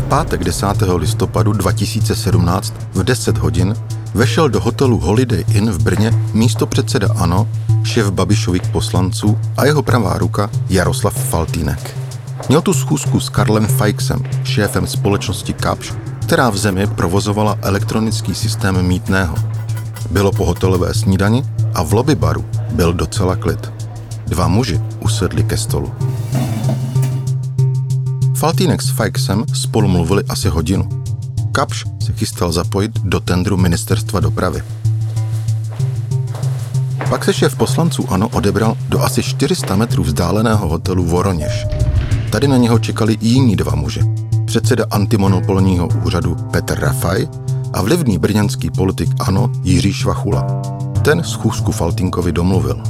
pátek 10. listopadu 2017 v 10 hodin vešel do hotelu Holiday Inn v Brně místopředseda ANO, šéf Babišových poslanců a jeho pravá ruka Jaroslav Faltýnek. Měl tu schůzku s Karlem Feixem, šéfem společnosti Kapsch, která v zemi provozovala elektronický systém mýtného. Bylo po hotelové snídani a v lobby baru byl docela klid. 2 muži usedli ke stolu. Faltýnek s Feixem spolu mluvili asi hodinu. Kapsch se chystal zapojit do tendru ministerstva dopravy. Pak se šéf poslanců ANO odebral do asi 400 metrů vzdáleného hotelu Voroněž. Tady na něho čekali i jiní 2 muži. Předseda antimonopolního úřadu Petr Rafaj a vlivný brněnský politik ANO Jiří Švachula. Ten schůzku Faltýnkovi domluvil.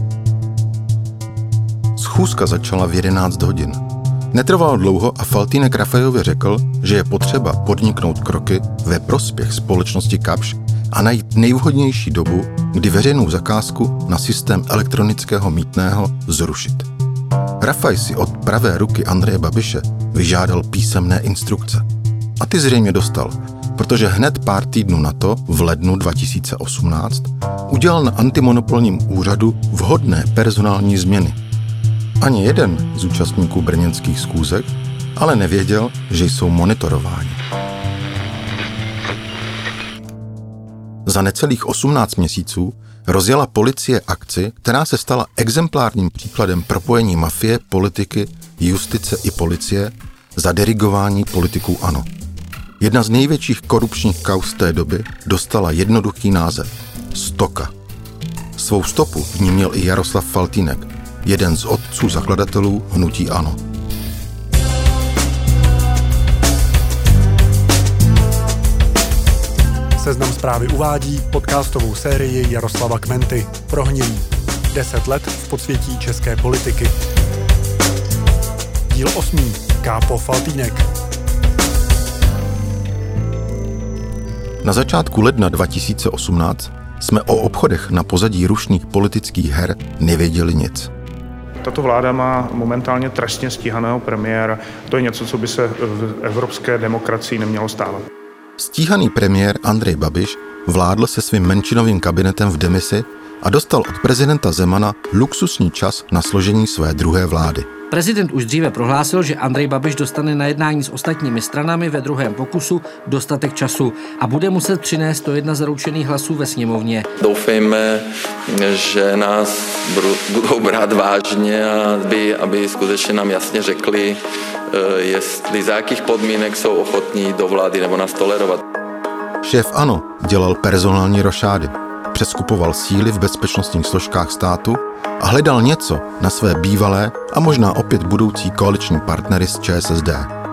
Schůzka začala v 11 hodin. Netrvalo dlouho a Faltýnek Rafajovi řekl, že je potřeba podniknout kroky ve prospěch společnosti Kapsch a najít nejvhodnější dobu, kdy veřejnou zakázku na systém elektronického mýtného zrušit. Rafaj si od pravé ruky Andreje Babiše vyžádal písemné instrukce. A ty zřejmě dostal, protože hned pár týdnů na to, v lednu 2018, udělal na antimonopolním úřadu vhodné personální změny. Ani jeden z účastníků brněnských schůzek ale nevěděl, že jsou monitorováni. Za necelých 18 měsíců rozjela policie akci, která se stala exemplárním příkladem propojení mafie, politiky, justice i policie za dirigování politiků ANO. Jedna z největších korupčních kauz té doby dostala jednoduchý název – Stoka. Svou stopu v ní měl i Jaroslav Faltýnek, jeden z otců zakladatelů hnutí ANO. Seznam Zprávy uvádí podcastovou sérii Jaroslava Kmenty Prohnilý. 10 let v podsvětí české politiky. Díl 8. Kápo Faltýnek. Na začátku ledna 2018 jsme o obchodech na pozadí rušných politických her nevěděli nic. Tato vláda má momentálně trestně stíhaného premiéra. To je něco, co by se v evropské demokracii nemělo stávat. Stíhaný premiér Andrej Babiš vládl se svým menšinovým kabinetem v demisi a dostal od prezidenta Zemana luxusní čas na složení své druhé vlády. Prezident už dříve prohlásil, že Andrej Babiš dostane na jednání s ostatními stranami ve druhém pokusu dostatek času a bude muset přinést 101 zaručených hlasů ve sněmovně. Doufejme, že nás budou brát vážně a aby skutečně nám jasně řekli, jestli za jakých podmínek jsou ochotní do vlády nebo nás tolerovat. Šéf ANO dělal personální rošády, přeskupoval síly v bezpečnostních složkách státu a hledal něco na své bývalé a možná opět budoucí koaliční partnery z ČSSD.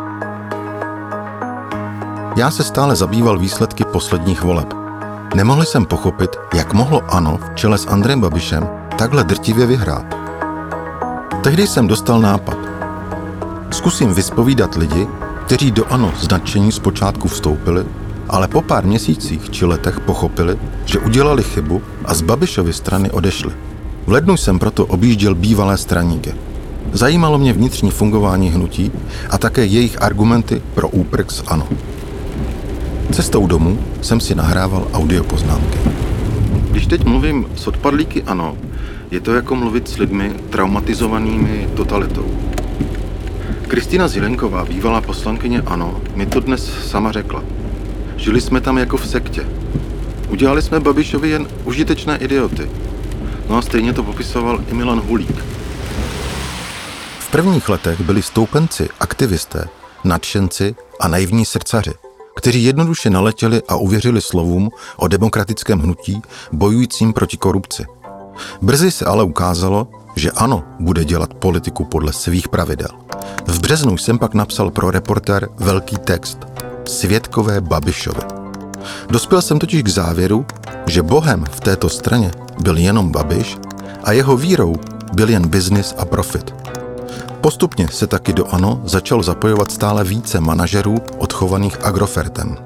Já se stále zabýval výsledky posledních voleb. Nemohl jsem pochopit, jak mohlo ANO v čele s Andrejem Babišem takhle drtivě vyhrát. Tehdy jsem dostal nápad. Zkusím vyspovídat lidi, kteří do ANO s nadšení zpočátku vstoupili, ale po pár měsících či letech pochopili, že udělali chybu a z Babišovy strany odešli. V lednu jsem proto objížděl bývalé straníky. Zajímalo mě vnitřní fungování hnutí a také jejich argumenty pro úprk z ANO. Cestou domů jsem si nahrával audiopoznámky. Když teď mluvím s odpadlíky ANO, je to jako mluvit s lidmi traumatizovanými totalitou. Kristýna Zielinková, bývalá poslankyně ANO, mi to dnes sama řekla. Žili jsme tam jako v sektě. Udělali jsme Babišovi jen užitečné idioty. No a stejně to popisoval i Milan Hulík. V prvních letech byli stoupenci, aktivisté, nadšenci a naivní srdcaři, kteří jednoduše naletěli a uvěřili slovům o demokratickém hnutí bojujícím proti korupci. Brzy se ale ukázalo, že ANO bude dělat politiku podle svých pravidel. V březnu jsem pak napsal pro Reportér velký text Svědkové Babišovi. Dospěl jsem totiž k závěru, že bohem v této straně byl jenom Babiš a jeho vírou byl jen biznis a profit. Postupně se taky do ANO začalo zapojovat stále více manažerů odchovaných Agrofertem.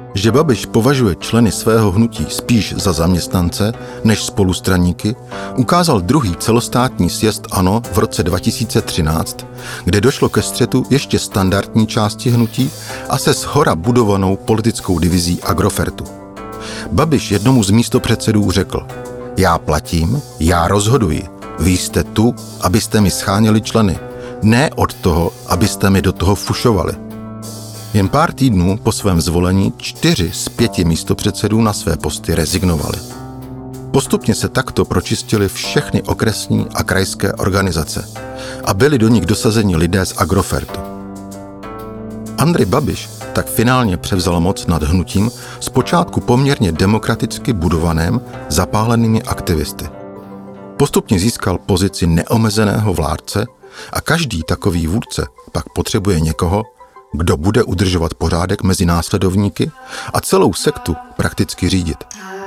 Že Babiš považuje členy svého hnutí spíš za zaměstnance než spolustraníky, ukázal druhý celostátní sjezd ANO v roce 2013, kde došlo ke střetu ještě standardní části hnutí a se shora budovanou politickou divizí Agrofertu. Babiš jednomu z místopředsedů řekl: já platím, já rozhoduji, vy jste tu, abyste mi sháněli členy, ne od toho, abyste mi do toho fušovali. Jen pár týdnů po svém zvolení 4 z 5 místopředsedů na své posty rezignovali. Postupně se takto pročistili všechny okresní a krajské organizace a byli do nich dosazeni lidé z Agrofertu. Andrej Babiš tak finálně převzal moc nad hnutím zpočátku poměrně demokraticky budovaném zapálenými aktivisty. Postupně získal pozici neomezeného vládce a každý takový vůdce pak potřebuje někoho, kdo bude udržovat pořádek mezi následovníky a celou sektu prakticky řídit.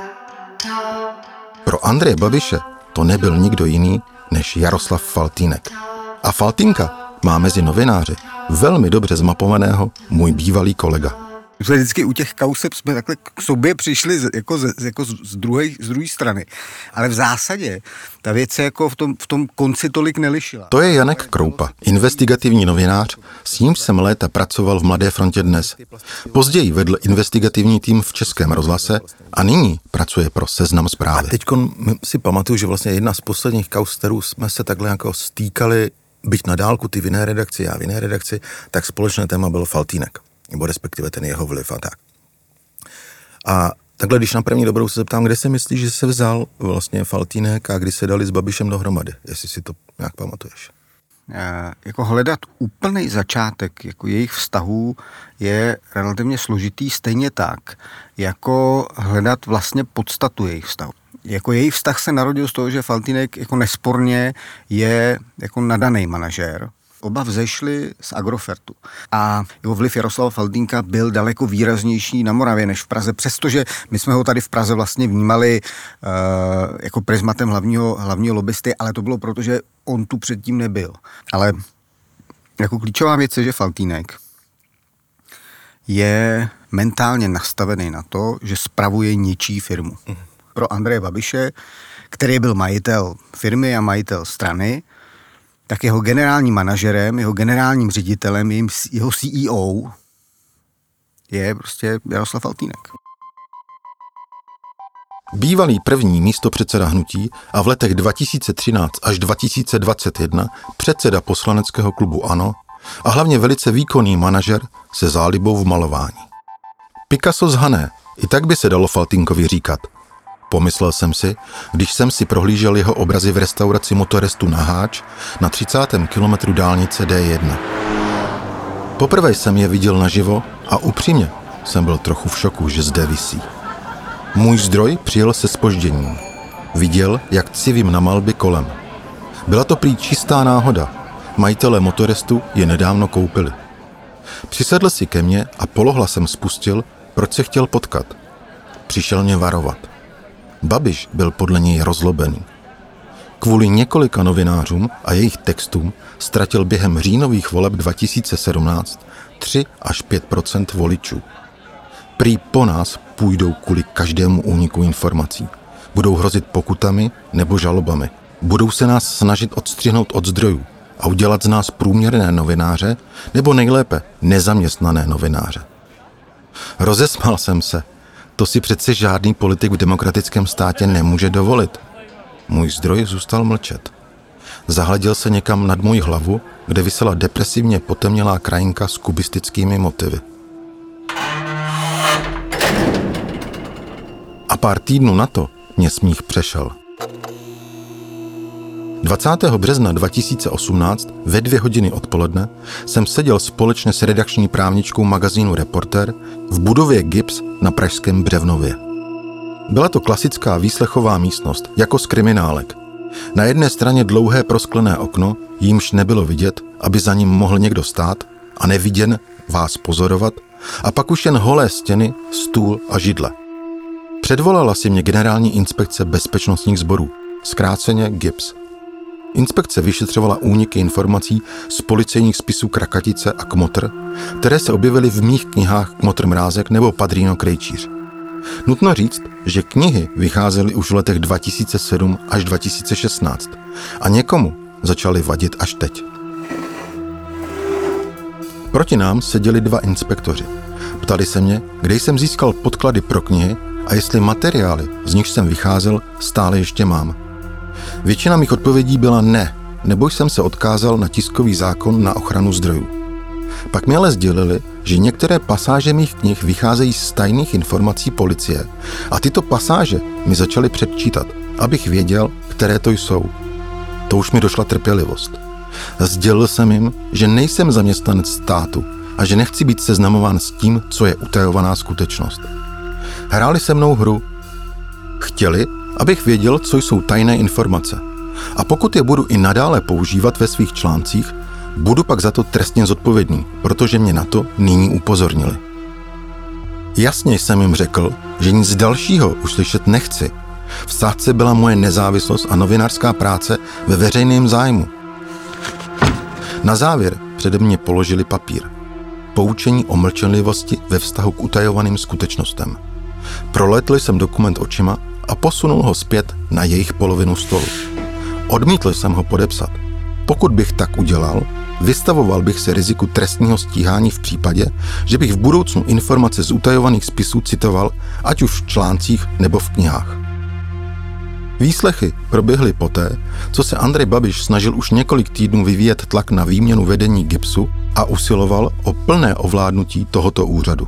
Pro Andreje Babiše to nebyl nikdo jiný než Jaroslav Faltýnek. A Faltýnka má mezi novináři velmi dobře zmapovaného můj bývalý kolega. Jsme vždycky u těch kauseb jsme takhle k sobě přišli jako z druhé strany. Ale v zásadě ta věc se jako v tom konci tolik nelišila. To je Janek Kroupa, investigativní novinář, s nímž jsem léta pracoval v Mladé frontě Dnes. Později vedl investigativní tým v Českém rozhlase a nyní pracuje pro Seznam Zprávy. A teďkon si pamatuju, že vlastně jedna z posledních kaus, kterou jsme se takhle jako stýkali, byť na dálku, ty v jiné redakci, já v jiné redakci, tak společné téma bylo Faltýnek. Nebo respektive ten jeho vliv a tak. A takhle, když na první dobrou se zeptám, kde si myslíš, že se vzal vlastně Faltýnek a kdy se dali s Babišem dohromady, jestli si to nějak pamatuješ? Jako hledat úplný začátek jako jejich vztahů je relativně složitý, stejně tak, jako hledat vlastně podstatu jejich vztahu. Jako jejich vztah se narodil z toho, že Faltýnek jako nesporně je jako nadaný manažér. Oba vzešli z Agrofertu a jeho vliv Jaroslava Faltýnka byl daleko výraznější na Moravě než v Praze, přestože my jsme ho tady v Praze vlastně vnímali jako prismatem hlavního lobbysty, ale to bylo proto, že on tu předtím nebyl. Ale jako klíčová věc je, že Faltýnek je mentálně nastavený na to, že spravuje něčí firmu. Pro Andreje Babiše, který byl majitel firmy a majitel strany, tak jeho generálním manažerem, jeho generálním ředitelem, jeho CEO je prostě Jaroslav Faltýnek. Bývalý první místopředseda hnutí a v letech 2013 až 2021 předseda poslaneckého klubu ANO a hlavně velice výkonný manažer se zálibou v malování. Picasso z Hané, i tak by se dalo Faltýnkovi říkat. Pomyslel jsem si, když jsem si prohlížel jeho obrazy v restauraci Motorestu na Háč na 30. kilometru dálnice D1. Poprvé jsem je viděl naživo a upřímně jsem byl trochu v šoku, že zde visí. Můj zdroj přijel se zpožděním. Viděl, jak civím na malby kolem. Byla to prý čistá náhoda. Majitelé Motorestu je nedávno koupili. Přisedl si ke mně a polohlasem spustil, proč se chtěl potkat. Přišel mě varovat. Babiš byl podle něj rozlobený. Kvůli několika novinářům a jejich textům ztratil během říjnových voleb 2017 3 až 5% voličů. Prý po nás půjdou kvůli každému úniku informací. Budou hrozit pokutami nebo žalobami. Budou se nás snažit odstřihnout od zdrojů a udělat z nás průměrné novináře nebo nejlépe nezaměstnané novináře. Rozesmál jsem se. To si přece žádný politik v demokratickém státě nemůže dovolit. Můj zdroj zůstal mlčet. Zahleděl se někam nad moji hlavu, kde visela depresivně potemnělá krajinka s kubistickými motivy. A pár týdnů na to mě smích přešel. 20. března 2018 ve 2 hodiny odpoledne jsem seděl společně s redakční právničkou magazínu Reportér v budově GIBS na pražském Břevnově. Byla to klasická výslechová místnost, jako z kriminálek. Na jedné straně dlouhé prosklené okno, jímž nebylo vidět, aby za ním mohl někdo stát a neviděn vás pozorovat, a pak už jen holé stěny, stůl a židle. Předvolala si mě generální inspekce bezpečnostních sborů, zkráceně GIBS. Inspekce vyšetřovala úniky informací z policejních spisů Krakatice a Kmotr, které se objevily v mých knihách Kmotr Mrázek nebo Padrino Krejčíř. Nutno říct, že knihy vycházely už v letech 2007 až 2016 a někomu začaly vadit až teď. Proti nám seděli 2 inspektoři. Ptali se mě, kde jsem získal podklady pro knihy a jestli materiály, z nichž jsem vycházel, stále ještě mám. Většina mých odpovědí byla ne, nebo jsem se odkázal na tiskový zákon na ochranu zdrojů. Pak mi ale sdělili, že některé pasáže mých knih vycházejí z tajných informací policie a tyto pasáže mi začaly předčítat, abych věděl, které to jsou. To už mi došla trpělivost. Sdělil jsem jim, že nejsem zaměstnanec státu a že nechci být seznamován s tím, co je utajovaná skutečnost. Hráli se mnou hru. Chtěli, abych věděl, co jsou tajné informace. A pokud je budu i nadále používat ve svých článcích, budu pak za to trestně zodpovědný, protože mě na to nyní upozornili. Jasně jsem jim řekl, že nic dalšího už slyšet nechci. V sázce byla moje nezávislost a novinářská práce ve veřejném zájmu. Na závěr přede mě položili papír. Poučení o mlčenlivosti ve vztahu k utajovaným skutečnostem. Proletl jsem dokument očima a posunul ho zpět na jejich polovinu stolu. Odmítl jsem ho podepsat. Pokud bych tak udělal, vystavoval bych se riziku trestního stíhání v případě, že bych v budoucnu informace z utajovaných spisů citoval, ať už v článcích nebo v knihách. Výslechy proběhly poté, co se Andrej Babiš snažil už několik týdnů vyvíjet tlak na výměnu vedení GIBSu a usiloval o plné ovládnutí tohoto úřadu.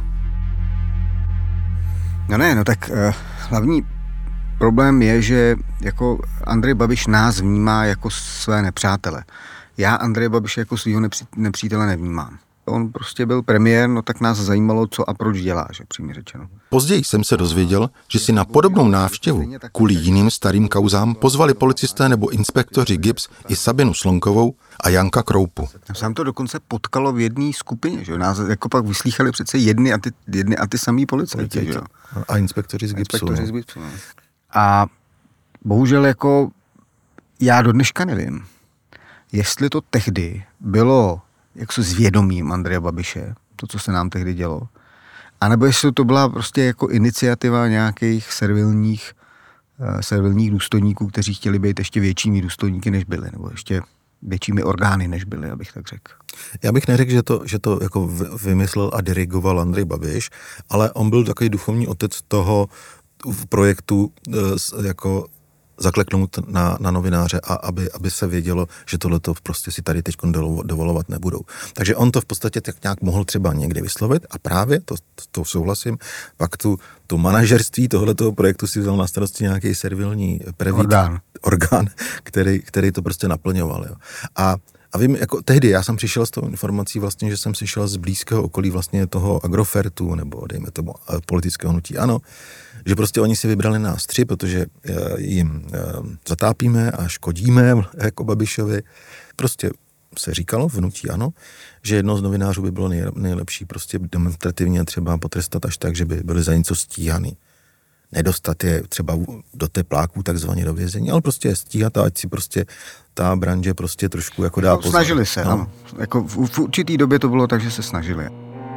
No tak hlavní problém je, že jako Andrej Babiš nás vnímá jako své nepřátele. Já Andreje Babiše jako svýho nepřítele nevnímám. On prostě byl premiér, no tak nás zajímalo, co a proč dělá, že přímě řečeno. Později jsem se dozvěděl, že si na podobnou návštěvu kvůli jiným starým kauzám pozvali policisté nebo inspektoři GIBS i Sabinu Slonkovou a Janka Kroupu. Sám to dokonce potkalo v jedné skupině, že nás jako pak vyslýchali přece jedny a ty samý policajti, že? A inspektoři z GIBSu. A bohužel jako já do dneška nevím, jestli to tehdy bylo jak se zvědomím Andreje Babiše, to, co se nám tehdy dělo, anebo jestli to byla prostě jako iniciativa nějakých servilních důstojníků, kteří chtěli být ještě většími důstojníky, než byli, nebo ještě většími orgány, než byli, abych tak řekl. Já bych neřekl, že to jako vymyslel a dirigoval Andrej Babiš, ale on byl takový duchovní otec toho projektu jako zakleknout na novináře a aby se vědělo, že tohleto prostě si tady teď dovolovat nebudou. Takže on to v podstatě tak nějak mohl třeba někde vyslovit a právě, to souhlasím, pak tu manažerství tohletoho projektu si vzal na starosti nějaký servilní orgán který to prostě naplňoval. Jo. A vím, jako tehdy já jsem přišel s tou informací vlastně, že jsem přišel z blízkého okolí vlastně toho Agrofertu, nebo dejme tomu politického hnutí ANO, že prostě oni si vybrali nás 3, protože jim zatápíme a škodíme jako Babišovi. Prostě se říkalo v hnutí ANO, že jedno z novinářů by bylo nejlepší prostě demonstrativně třeba potrestat až tak, že by byli za něco stíhaný. Nedostat je třeba do tepláků takzvaně do vězení, ale prostě je stíhat a ať si prostě ta branže prostě trošku jako dá pozor. Snažili se, no. Jako v určitý době to bylo tak, že se snažili.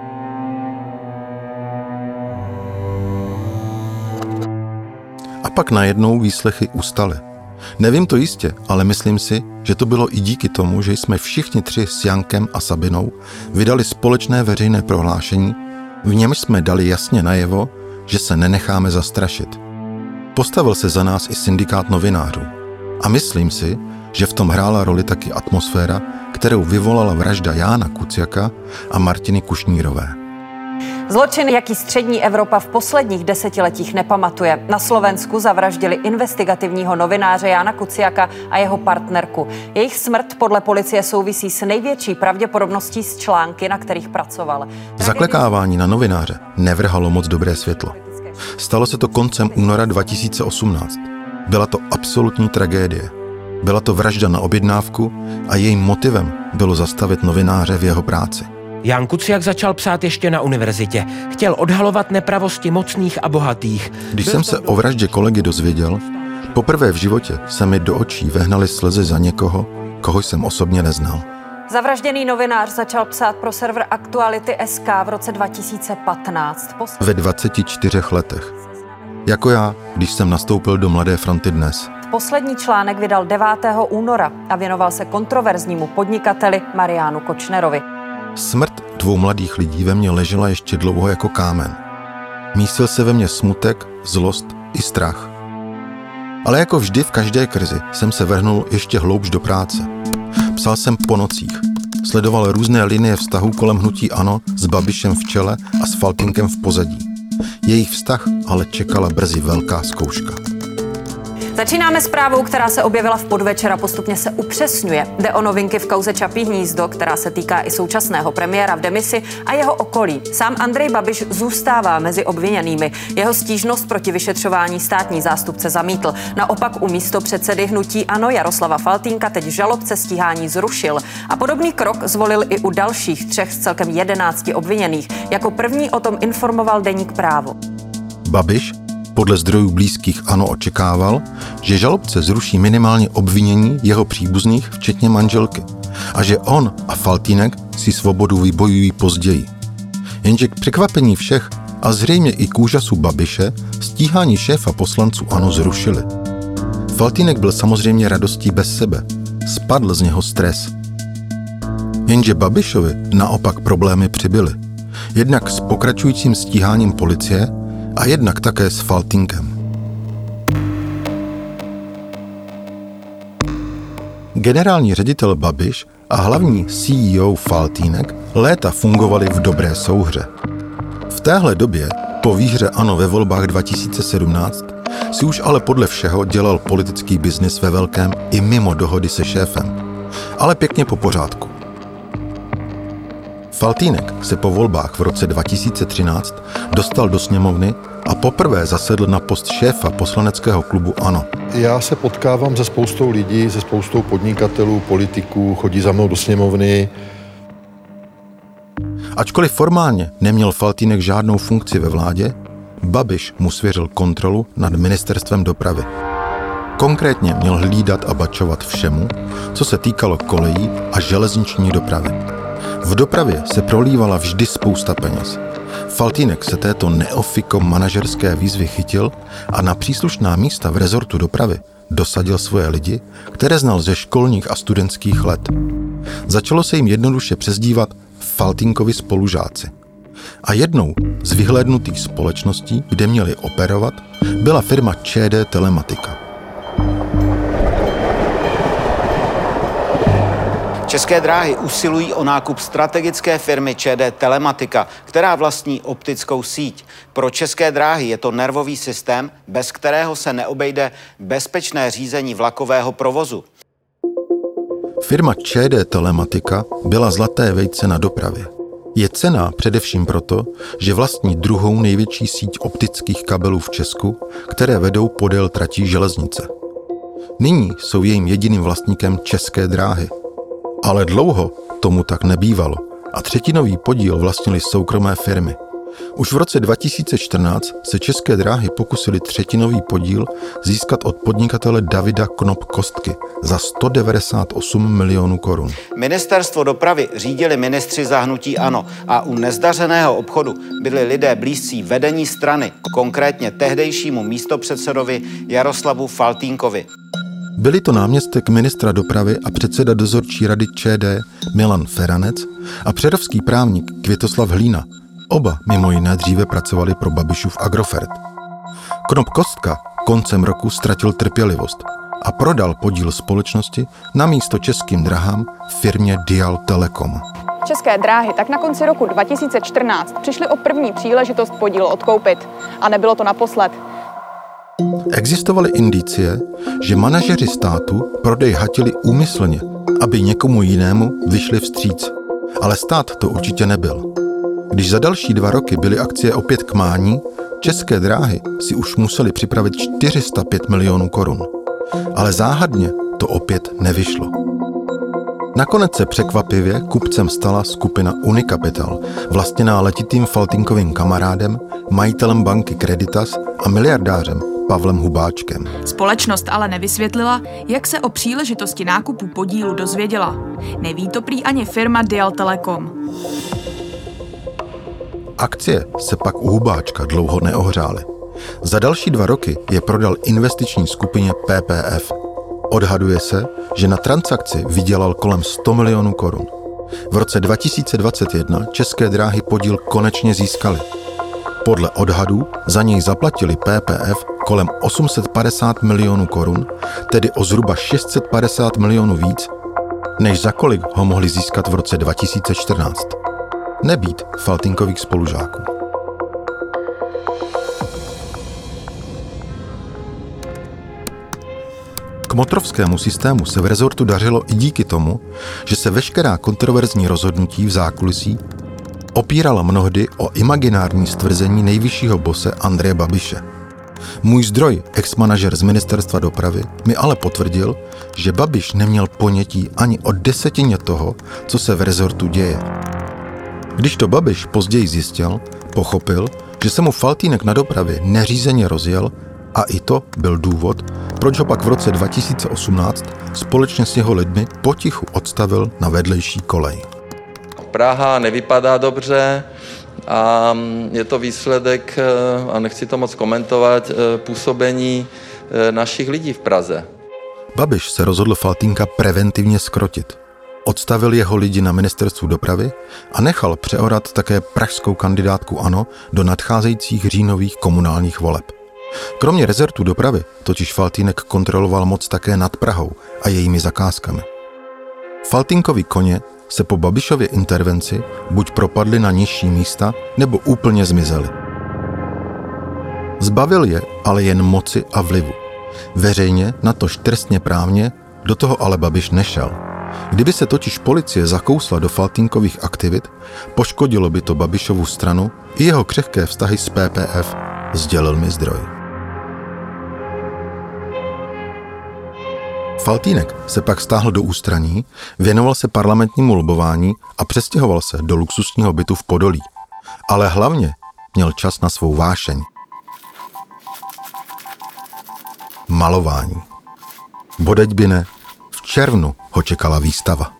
A pak najednou výslechy ustaly. Nevím to jistě, ale myslím si, že to bylo i díky tomu, že jsme všichni 3 s Jankem a Sabinou vydali společné veřejné prohlášení, v němž jsme dali jasně najevo, že se nenecháme zastrašit. Postavil se za nás i syndikát novinářů. A myslím si, že v tom hrála roli taky atmosféra, kterou vyvolala vražda Jána Kuciaka a Martiny Kušnírové. Zločin, jaký střední Evropa v posledních desetiletích nepamatuje. Na Slovensku zavraždili investigativního novináře Jána Kuciaka a jeho partnerku. Jejich smrt podle policie souvisí s největší pravděpodobností s články, na kterých pracoval. Zaklekávání na novináře nevrhalo moc dobré světlo. Stalo se to koncem února 2018. Byla to absolutní tragédie. Byla to vražda na objednávku a jejím motivem bylo zastavit novináře v jeho práci. Ján Kuciak začal psát ještě na univerzitě. Chtěl odhalovat nepravosti mocných a bohatých. Když jsem se o vraždě kolegy dozvěděl, Poprvé v životě se mi do očí vehnaly slzy za někoho, koho jsem osobně neznal. Zavražděný novinář začal psát pro server Aktuality.sk v roce 2015. Ve 24 letech. Jako já, když jsem nastoupil do Mladé fronty Dnes. Poslední článek vydal 9. února a věnoval se kontroverznímu podnikateli Mariánu Kočnerovi. Smrt 2 mladých lidí ve mně ležela ještě dlouho jako kámen. Mísil se ve mně smutek, zlost i strach. Ale jako vždy v každé krizi jsem se vrhnul ještě hloubš do práce. Psal jsem po nocích. Sledoval různé linie vztahů kolem hnutí ANO s Babišem v čele a s Faltýnkem v pozadí. Jejich vztah ale čekala brzy velká zkouška. Začínáme zprávou, která se objevila v podvečer a postupně se upřesňuje. Jde o novinky v kauze Čapí hnízdo, která se týká i současného premiéra v demisi a jeho okolí. Sám Andrej Babiš zůstává mezi obviněnými. Jeho stížnost proti vyšetřování státní zástupce zamítl. Naopak u místopředsedy hnutí ANO Jaroslava Faltýnka teď žalobce stíhání zrušil. A podobný krok zvolil i u dalších 3 z celkem 11 obviněných. Jako první o tom informoval deník Právo. Babiš podle zdrojů blízkých ANO očekával, že žalobce zruší minimálně obvinění jeho příbuzných, včetně manželky, a že on a Faltýnek si svobodu vybojují později. Jenže k překvapení všech a zřejmě i k úžasu Babiše stíhání šéfa poslanců ANO zrušili. Faltýnek byl samozřejmě radostí bez sebe. Spadl z něho stres. Jenže Babišovi naopak problémy přibyly. Jednak s pokračujícím stíháním policie a jednak také s Faltýnkem. Generální ředitel Babiš a hlavní CEO Faltýnek léta fungovali v dobré souhře. V téhle době, po výhře ANO ve volbách 2017, si už ale podle všeho dělal politický biznis ve velkém i mimo dohody se šéfem. Ale pěkně po pořádku. Faltýnek se po volbách v roce 2013 dostal do sněmovny a poprvé zasedl na post šéfa poslaneckého klubu ANO. Já se potkávám se spoustou lidí, se spoustou podnikatelů, politiků, chodí za mnou do sněmovny. Ačkoliv formálně neměl Faltýnek žádnou funkci ve vládě, Babiš mu svěřil kontrolu nad ministerstvem dopravy. Konkrétně měl hlídat a bačovat všemu, co se týkalo kolejí a železniční dopravy. V dopravě se prolívala vždy spousta peněz. Faltýnek se této neofikom manažerské výzvy chytil a na příslušná místa v rezortu dopravy dosadil svoje lidi, které znal ze školních a studentských let. Začalo se jim jednoduše přezdívat Faltýnkovi spolužáci. A jednou z vyhlédnutých společností, kde měli operovat, byla firma ČD Telematika. České dráhy usilují o nákup strategické firmy ČD Telematika, která vlastní optickou síť. Pro České dráhy je to nervový systém, bez kterého se neobejde bezpečné řízení vlakového provozu. Firma ČD Telematika byla zlaté vejce na dopravě. Je cenná především proto, že vlastní druhou největší síť optických kabelů v Česku, které vedou podél tratí železnice. Nyní jsou jejím jediným vlastníkem České dráhy. Ale dlouho tomu tak nebývalo a třetinový podíl vlastnily soukromé firmy. Už v roce 2014 se České dráhy pokusily třetinový podíl získat od podnikatele Davida Knop-Kostky za 198 milionů korun. Ministerstvo dopravy řídili ministři za hnutí ANO a u nezdařeného obchodu byli lidé blízcí vedení strany, konkrétně tehdejšímu místopředsedovi Jaroslavu Faltýnkovi. Byli to náměstek ministra dopravy a předseda dozorčí rady ČD Milan Feranec a přerovský právník Květoslav Hlína. Oba mimo jiné dříve pracovali pro Babišův Agrofert. Knop-Kostka koncem roku ztratil trpělivost a prodal podíl společnosti na místo Českým drahám firmě Dial Telekom. České dráhy tak na konci roku 2014 přišly o první příležitost podíl odkoupit. A nebylo to naposled. Existovaly indicie, že manažeři státu prodej hatili úmyslně, aby někomu jinému vyšli vstříc. Ale stát to určitě nebyl. Když za další 2 roky byly akcie opět k mání, České dráhy si už museli připravit 405 milionů korun. Ale záhadně to opět nevyšlo. Nakonec se překvapivě kupcem stala skupina Unicapital, vlastněná letitým Faltýnkovým kamarádem, majitelem banky Creditas a miliardářem Pavlem Hubáčkem. Společnost ale nevysvětlila, jak se o příležitosti nákupu podílu dozvěděla. Neví to prý ani firma Dial Telecom. Akcie se pak u Hubáčka dlouho neohřály. Za další 2 roky je prodal investiční skupině PPF. Odhaduje se, že na transakci vydělal kolem 100 milionů korun. V roce 2021 České dráhy podíl konečně získaly. Podle odhadů za něj zaplatili PPF kolem 850 milionů korun, tedy o zhruba 650 milionů víc, než za kolik ho mohli získat v roce 2014. Nebýt Faltýnkových spolužáků. Kmotrovskému systému se v rezortu dařilo i díky tomu, že se veškerá kontroverzní rozhodnutí v zákulisí opírala mnohdy o imaginární stvrzení nejvyššího bose Andreje Babiše. Můj zdroj, ex-manažer z ministerstva dopravy, mi ale potvrdil, že Babiš neměl ponětí ani o 10% toho, co se v rezortu děje. Když to Babiš později zjistil, pochopil, že se mu Faltýnek na dopravě neřízeně rozjel a i to byl důvod, proč ho pak v roce 2018 společně s jeho lidmi potichu odstavil na vedlejší kolej. Praha nevypadá dobře a je to výsledek, a nechci to moc komentovat, působení našich lidí v Praze. Babiš se rozhodl Faltýnka preventivně zkrotit. Odstavil jeho lidi na ministerstvu dopravy a nechal přeorat také pražskou kandidátku ANO do nadcházejících říjnových komunálních voleb. Kromě rezortu dopravy totiž Faltýnek kontroloval moc také nad Prahou a jejími zakázkami. Faltýnkovi koně se po Babišově intervenci buď propadli na nižší místa, nebo úplně zmizeli. Zbavil je ale jen moci a vlivu. Veřejně, natož trestně právně, do toho ale Babiš nešel. Kdyby se totiž policie zakousla do Faltýnkových aktivit, poškodilo by to Babišovu stranu i jeho křehké vztahy s PPF, sdělil mi zdroj. Faltýnek se pak stáhl do ústraní, věnoval se parlamentnímu lobování a přestěhoval se do luxusního bytu v Podolí. Ale hlavně měl čas na svou vášeň. Malování. Bodeď by ne, v červnu ho čekala výstava.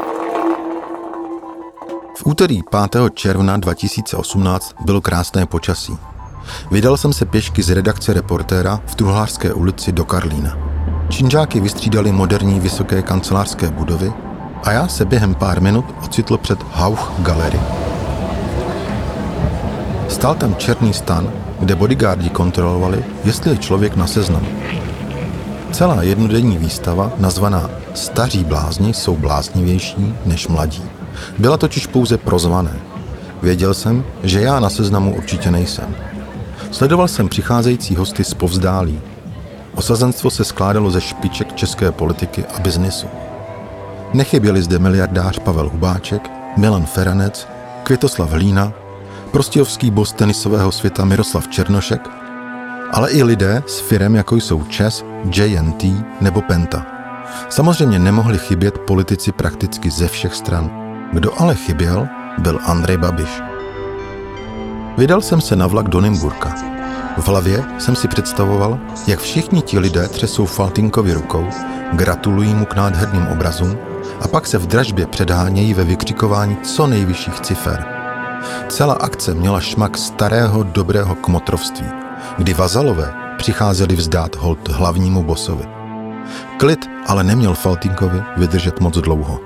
V úterý 5. června 2018 bylo krásné počasí. Vydal jsem se pěšky z redakce Reportéra v Truhlářské ulici do Karlína. Činžáky vystřídali moderní vysoké kancelářské budovy a já se během pár minut ocitl před Hauch Gallery. Stál tam černý stan, kde bodyguardi kontrolovali, jestli je člověk na seznamu. Celá jednodenní výstava, nazvaná Staří blázni jsou bláznivější než mladí, byla totiž pouze pro zvané. Věděl jsem, že já na seznamu určitě nejsem. Sledoval jsem přicházející hosty zpovzdálí. Osazenstvo se skládalo ze špiček české politiky a biznisu. Nechyběli zde miliardář Pavel Hubáček, Milan Feranec, Květoslav Hlína, prostějovský boss tenisového světa Miroslav Černošek, ale i lidé s firem, jako jsou ČEZ, JNT nebo Penta. Samozřejmě nemohli chybět politici prakticky ze všech stran. Kdo ale chyběl, byl Andrej Babiš. Vydal jsem se na vlak do Nymburka. V hlavě jsem si představoval, jak všichni ti lidé třesou Faltýnkovi rukou, gratulují mu k nádherným obrazům a pak se v dražbě předhánějí ve vykřikování co nejvyšších cifer. Celá akce měla šmak starého dobrého kmotrovství, kdy vazalové přicházeli vzdát hold hlavnímu bosovi. Klid ale neměl Faltýnkovi vydržet moc dlouho.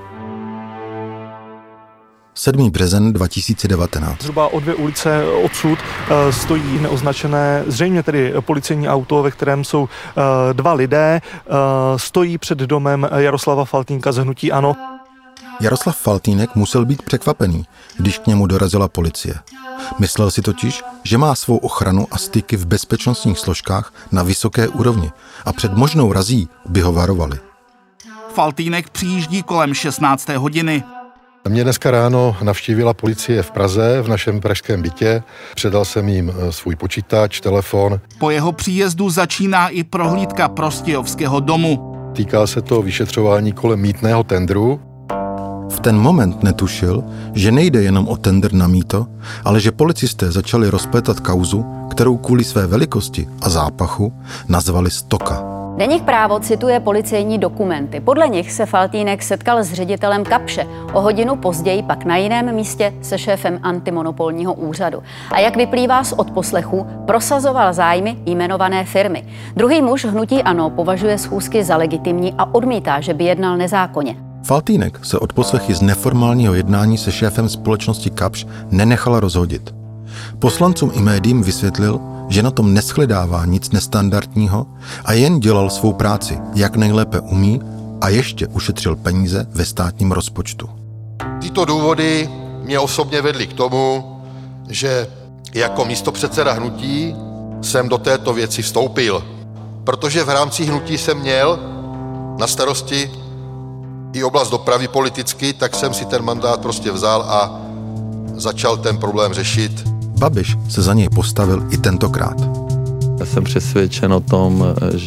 7. březen 2019. Zhruba o 2 ulice odsud stojí neoznačené, zřejmě tedy policejní auto, ve kterém jsou 2 lidé. Stojí před domem Jaroslava Faltýnka z hnutí ANO. Jaroslav Faltýnek musel být překvapený, když k němu dorazila policie. Myslel si totiž, že má svou ochranu a styky v bezpečnostních složkách na vysoké úrovni a před možnou razí by ho varovali. Faltýnek přijíždí kolem 16. hodiny. Mě dneska ráno navštívila policie v Praze, v našem pražském bytě. Předal jsem jim svůj počítač, telefon. Po jeho příjezdu začíná i prohlídka Prostějovského domu. Týká se to vyšetřování kolem mýtného tendru. v ten moment netušil, že nejde jenom o tendr na mýto, ale že policisté začali rozplétat kauzu, kterou kvůli své velikosti a zápachu nazvali Stoka. Deník Právo cituje policejní dokumenty. Podle nich se Faltýnek setkal s ředitelem Kapsche. O hodinu později pak na jiném místě se šéfem antimonopolního úřadu. A jak vyplývá z odposlechu, prosazoval zájmy jmenované firmy. Druhý muž hnutí ANO považuje schůzky za legitimní a odmítá, že by jednal nezákonně. Faltýnek se odposlechy z neformálního jednání se šéfem společnosti Kapsch nenechal rozhodit. Poslancům i médiím vysvětlil, že na tom neshledává nic nestandardního a jen dělal svou práci, jak nejlépe umí, a ještě ušetřil peníze ve státním rozpočtu. Tyto důvody mě osobně vedly k tomu, že jako místopředseda hnutí jsem do této věci vstoupil. Protože v rámci hnutí jsem měl na starosti i oblast dopravy politicky, tak jsem si ten mandát prostě vzal a začal ten problém řešit. Babiš se za něj postavil i tentokrát. Já jsem přesvědčen o tom,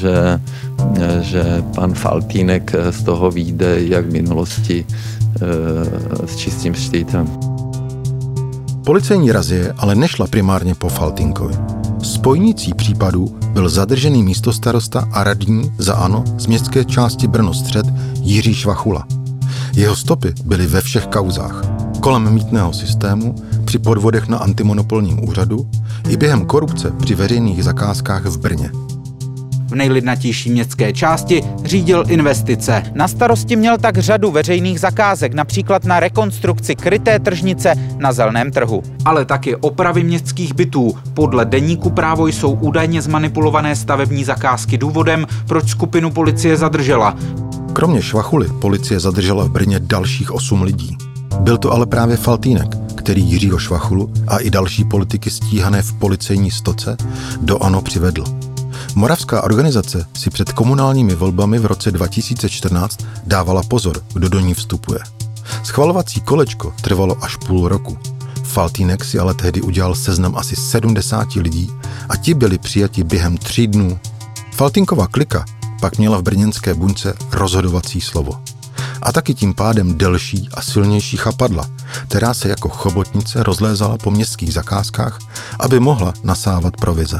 že pan Faltýnek z toho vyjde jak v minulosti s čistým štítem. Policejní razie ale nešla primárně po Faltýnkovi. Spojnicí případů byl zadržený místostarosta a radní za ANO z městské části Brno-Střed Jiří Švachula. Jeho stopy byly ve všech kauzách. Kolem mýtného systému, při podvodech na antimonopolním úřadu i během korupce při veřejných zakázkách v Brně. V nejlidnatější městské části řídil investice. Na starosti měl tak řadu veřejných zakázek, například na rekonstrukci kryté tržnice na Zelném trhu. Ale taky opravy městských bytů. Podle deníku Právo jsou údajně zmanipulované stavební zakázky důvodem, proč skupinu policie zadržela. Kromě Švachuly policie zadržela v Brně dalších 8 lidí. Byl to ale právě Faltýnek, který Jiřího Švachulu a i další politiky stíhané v policejní stoce do ANO přivedl. Moravská organizace si před komunálními volbami v roce 2014 dávala pozor, kdo do ní vstupuje. Schvalovací kolečko trvalo až půl roku. Faltýnek si ale tehdy udělal seznam asi 70 lidí a ti byli přijati během 3 dnů. Faltýnkova klika pak měla v brněnské buňce rozhodovací slovo. A taky tím pádem delší a silnější chapadla, která se jako chobotnice rozlézala po městských zakázkách, aby mohla nasávat provize.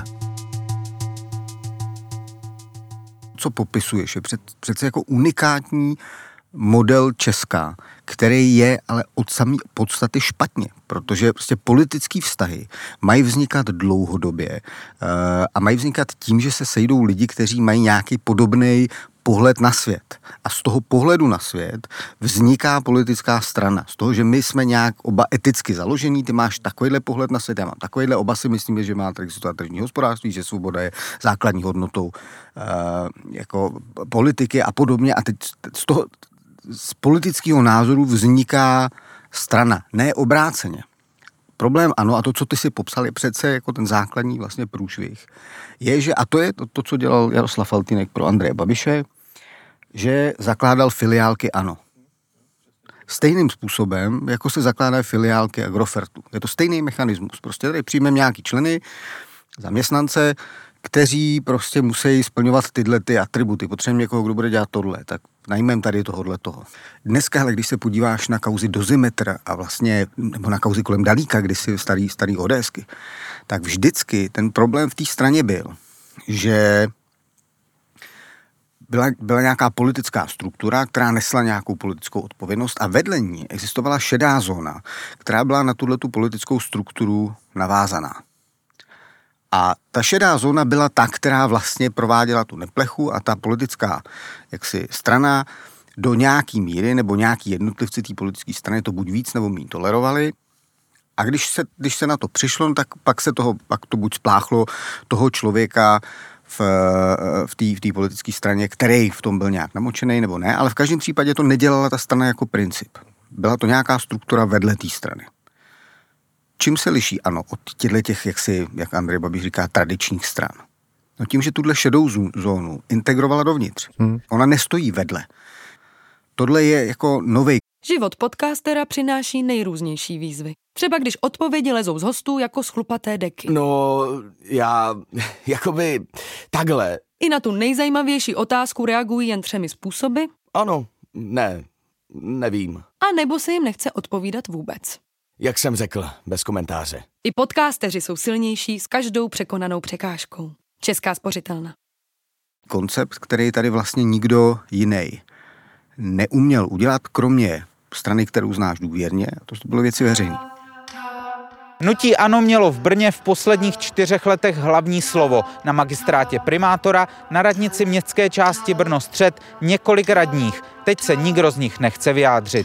Co popisuješ, je přece jako unikátní model Česka, který je ale od samé podstaty špatně, protože prostě politický vztahy mají vznikat dlouhodobě a mají vznikat tím, že se sejdou lidi, kteří mají nějaký podobný pohled na svět. A z toho pohledu na svět vzniká politická strana. Z toho, že my jsme nějak oba eticky založení, ty máš takovýhle pohled na svět, já mám takovýhle, oba si myslíme, že má tržní hospodářství, že svoboda je základní hodnotou jako politiky a podobně. A teď z politického názoru vzniká strana, ne obráceně. Problém ANO, a to, co ty si popsal, je přece jako ten základní vlastně průšvih, je, že, a to je to, co dělal Jaroslav Faltýnek pro Andreje Babiše, že zakládal filiálky ANO. Stejným způsobem, jako se zakládají filiálky Agrofertu. Je to stejný mechanismus. Prostě tady přijmeme nějaký členy, zaměstnance, kteří prostě musí splňovat tyhle ty atributy. Potřebujeme někoho, kdo bude dělat tohle, tak najmeme tady tohohle toho. Dneska, když se podíváš na kauzy Dozimetr a vlastně, nebo na kauzy kolem Dalíka, kdysi starý ODSky, tak vždycky ten problém v té straně byl, že byla nějaká politická struktura, která nesla nějakou politickou odpovědnost a vedle ní existovala šedá zóna, která byla na tuhletu politickou strukturu navázaná. A ta šedá zóna byla ta, která vlastně prováděla tu neplechu a ta politická strana do nějaký míry nebo nějaký jednotlivci té politické strany to buď víc nebo méně tolerovali. A když se na to přišlo, tak pak to buď spláchlo toho člověka v té politické straně, který v tom byl nějak namočený nebo ne, ale v každém případě to nedělala ta strana jako princip. Byla to nějaká struktura vedle té strany. Čím se liší ANO od těch, jak Andrej Babiš říká, tradičních stran? No tím, že tuhle šedou zónu integrovala dovnitř. Ona nestojí vedle. Tohle je jako novej. Život podcastera přináší nejrůznější výzvy. Třeba když odpovědi lezou z hostů jako z chlupaté deky. No, takhle. I na tu nejzajímavější otázku reagují jen 3 způsoby. Ano, ne, nevím. A nebo se jim nechce odpovídat vůbec. Jak jsem řekl, bez komentáře. I podcasteři jsou silnější s každou překonanou překážkou. Česká spořitelna. Koncept, který tady vlastně nikdo jiný neuměl udělat, kromě strany, kterou znáš důvěrně, to byly věci veřejné. Hnutí ANO mělo v Brně v posledních 4 letech hlavní slovo. Na magistrátě primátora, na radnici městské části Brno-Střed několik radních. Teď se nikdo z nich nechce vyjádřit.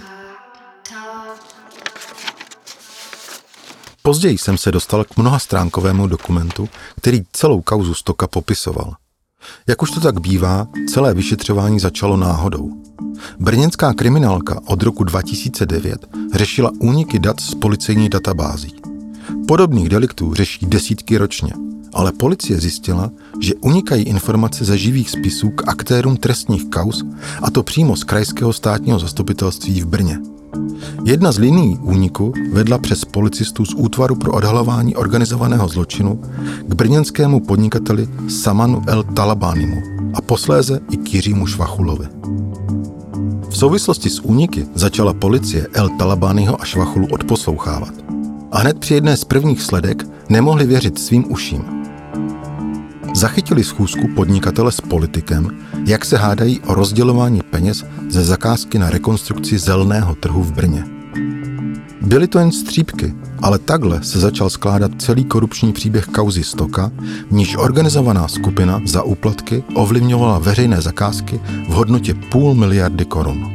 Později jsem se dostal k mnohastránkovému dokumentu, který celou kauzu Stoka popisoval. Jak už to tak bývá, celé vyšetřování začalo náhodou. Brněnská kriminálka od roku 2009 řešila úniky dat z policejní databází. Podobných deliktů řeší desítky ročně, ale policie zjistila, že unikají informace ze živých spisů k aktérům trestních kauz, a to přímo z krajského státního zastupitelství v Brně. Jedna z linií úniku vedla přes policistů z Útvaru pro odhalování organizovaného zločinu k brněnskému podnikateli Samanu El Talabanimu a posléze i k Jiřímu Švachulovi. V souvislosti s úniky začala policie El Talabaniho a Švachulu odposlouchávat. A hned při jedné z prvních sledek nemohli věřit svým uším. Zachytili schůzku podnikatele s politikem, jak se hádají o rozdělování peněz ze zakázky na rekonstrukci Zeleného trhu v Brně. Byly to jen střípky, ale takhle se začal skládat celý korupční příběh kauzy Stoka, v níž organizovaná skupina za úplatky ovlivňovala veřejné zakázky v hodnotě 500 miliardy korun.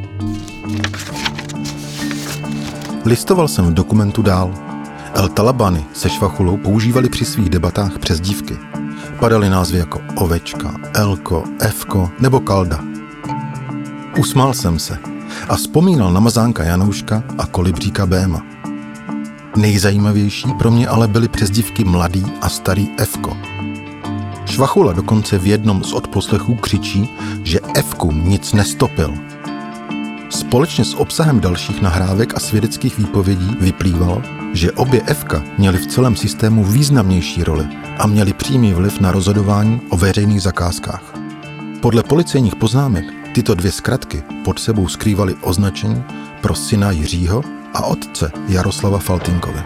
Listoval jsem v dokumentu dál. El Talabani se Švachulou používali při svých debatách přezdívky. Padaly názvy jako Ovečka, Elko, Evko nebo Kalda. Usmál jsem se a vzpomínal na Mazánka Janouška a Kolibříka Béma. Nejzajímavější pro mě ale byly přezdívky Mladý a Starý Evko. Švachula dokonce v jednom z odposlechů křičí, že Evku nic nestopil. Společně s obsahem dalších nahrávek a svědeckých výpovědí vyplývalo, že obě Evka měly v celém systému významnější roli a měly přímý vliv na rozhodování o veřejných zakázkách. Podle policejních poznámek tyto 2 zkratky pod sebou skrývaly označení pro syna Jiřího a otce Jaroslava Faltýnkovi.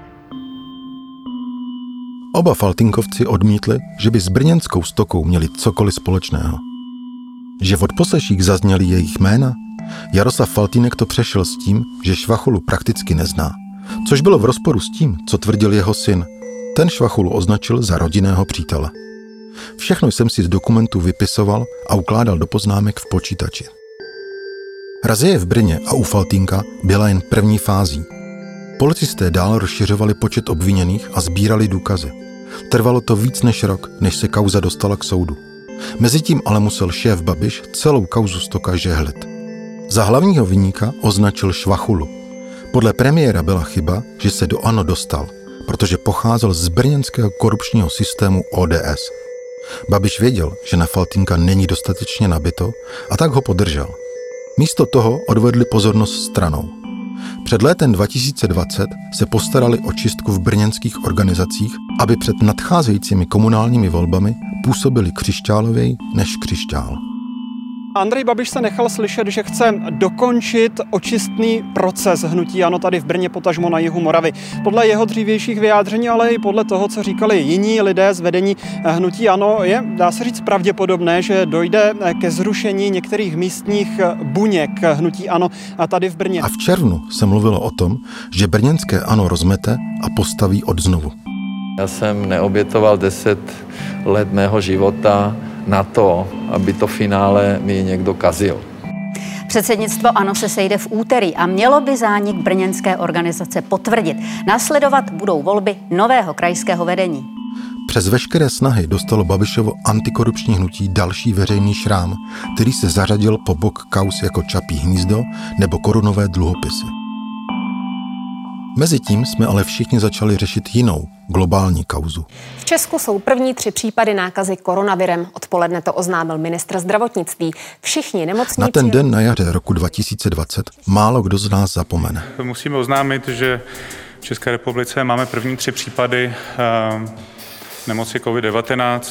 Oba Faltýnkovci odmítli, že by s brněnskou Stokou měli cokoliv společného. Že v odposleších zazněly jejich jména, Jaroslav Faltýnek to přešel s tím, že Švachulu prakticky nezná, což bylo v rozporu s tím, co tvrdil jeho syn. Ten Švachulu označil za rodinného přítele. Všechno jsem si z dokumentu vypisoval a ukládal do poznámek v počítači. Razie v Brně a u Faltýnka byla jen první fází. Policisté dál rozšiřovali počet obviněných a sbírali důkazy. Trvalo to víc než rok, než se kauza dostala k soudu. Mezitím ale musel šéf Babiš celou kauzu Stoka žehlit. Za hlavního viníka označil Švachulu. Podle premiéra byla chyba, že se do ANO dostal, protože pocházel z brněnského korupčního systému ODS. Babiš věděl, že na Faltýnka není dostatečně nabito, a tak ho podržel. Místo toho odvedli pozornost stranou. Před létem 2020 se postarali o čistku v brněnských organizacích, aby před nadcházejícími komunálními volbami působili křišťálověji než křišťál. Andrej Babiš se nechal slyšet, že chce dokončit očistný proces hnutí ANO tady v Brně, potažmo na jihu Moravy. Podle jeho dřívějších vyjádření, ale i podle toho, co říkali jiní lidé z vedení hnutí ANO, je, dá se říct, pravděpodobné, že dojde ke zrušení některých místních buněk hnutí ANO tady v Brně. A v červnu se mluvilo o tom, že brněnské ANO rozmete a postaví odznovu. Já jsem neobětoval 10 let mého života na to, aby to finále mi někdo kazil. Předsednictvo ANO se sejde v úterý a mělo by zánik brněnské organizace potvrdit. Následovat budou volby nového krajského vedení. Přes veškeré snahy dostalo Babišovo antikorupční hnutí další veřejný šrám, který se zařadil po bok kauz jako Čapí hnízdo nebo korunové dluhopisy. Mezitím jsme ale všichni začali řešit jinou, globální kauzu. V Česku jsou první 3 případy nákazy koronavirem. Odpoledne to oznámil ministr zdravotnictví. Všichni nemocníci... Na ten den na jaře roku 2020 málo kdo z nás zapomene. Musíme oznámit, že v České republice máme první 3 případy nemoci COVID-19